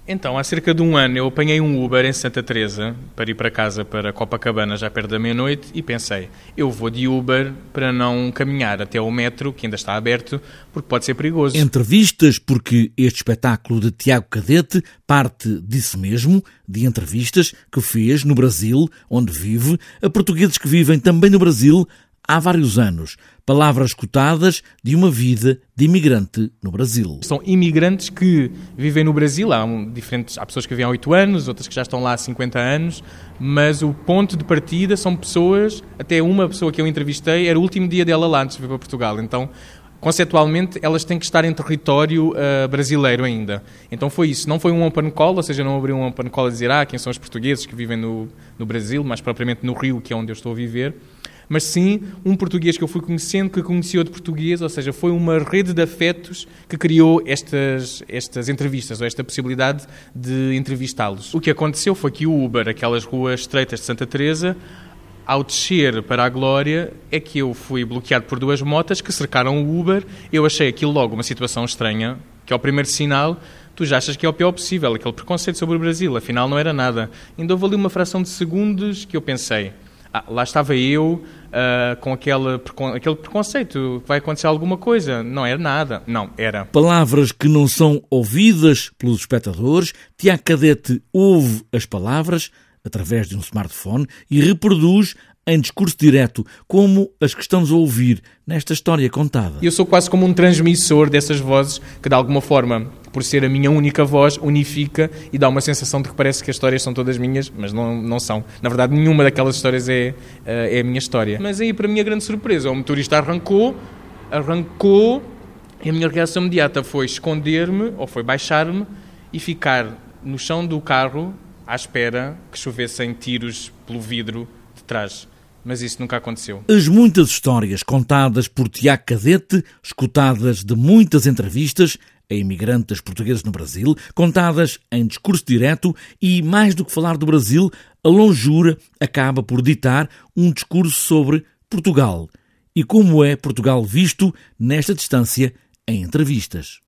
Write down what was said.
Então, há cerca de um ano eu apanhei um Uber em Santa Teresa para ir para casa, para Copacabana, já perto da meia-noite, e pensei, eu vou de Uber para não caminhar até ao metro, que ainda está aberto, porque pode ser perigoso. Entrevistas, porque este espetáculo de Tiago Cadete parte disso mesmo, de entrevistas que fez no Brasil, onde vive, a portugueses que vivem também no Brasil há vários anos. Palavras escutadas de uma vida de imigrante no Brasil. São imigrantes que vivem no Brasil, há pessoas que vivem há 8 anos, outras que já estão lá há 50 anos, mas o ponto de partida são pessoas, até uma pessoa que eu entrevistei, era o último dia dela lá antes de vir para Portugal, então conceptualmente elas têm que estar em território brasileiro ainda. Então foi isso, não foi um open call, ou seja, não abri um open call a dizer quem são os portugueses que vivem no Brasil, mais propriamente no Rio, que é onde eu estou a viver, mas sim um português que eu fui conhecendo, que conheci outro português, ou seja, foi uma rede de afetos que criou estas entrevistas, ou esta possibilidade de entrevistá-los. O que aconteceu foi que o Uber, aquelas ruas estreitas de Santa Teresa, ao descer para a Glória, é que eu fui bloqueado por 2 motas que cercaram o Uber. Eu achei aquilo logo uma situação estranha, que ao primeiro sinal tu já achas que é o pior possível, aquele preconceito sobre o Brasil, afinal não era nada. Ainda houve ali uma fração de segundos que eu pensei, lá estava eu com aquele preconceito, vai acontecer alguma coisa. Não era nada. Não, era. Palavras que não são ouvidas pelos espectadores. Tiago Cadete ouve as palavras através de um smartphone e reproduz em discurso direto, como as que estamos a ouvir nesta história contada. Eu sou quase como um transmissor dessas vozes que, de alguma forma, por ser a minha única voz, unifica e dá uma sensação de que parece que as histórias são todas minhas, mas não são. Na verdade, nenhuma daquelas histórias é a minha história. Mas aí, para a minha grande surpresa, o motorista arrancou e a minha reação imediata foi esconder-me, ou foi baixar-me e ficar no chão do carro à espera que chovessem tiros pelo vidro de trás. Mas isso nunca aconteceu. As muitas histórias contadas por Tiago Cadete, escutadas de muitas entrevistas a imigrantes portugueses no Brasil, contadas em discurso direto e, mais do que falar do Brasil, a longura acaba por ditar um discurso sobre Portugal e como é Portugal visto nesta distância em entrevistas.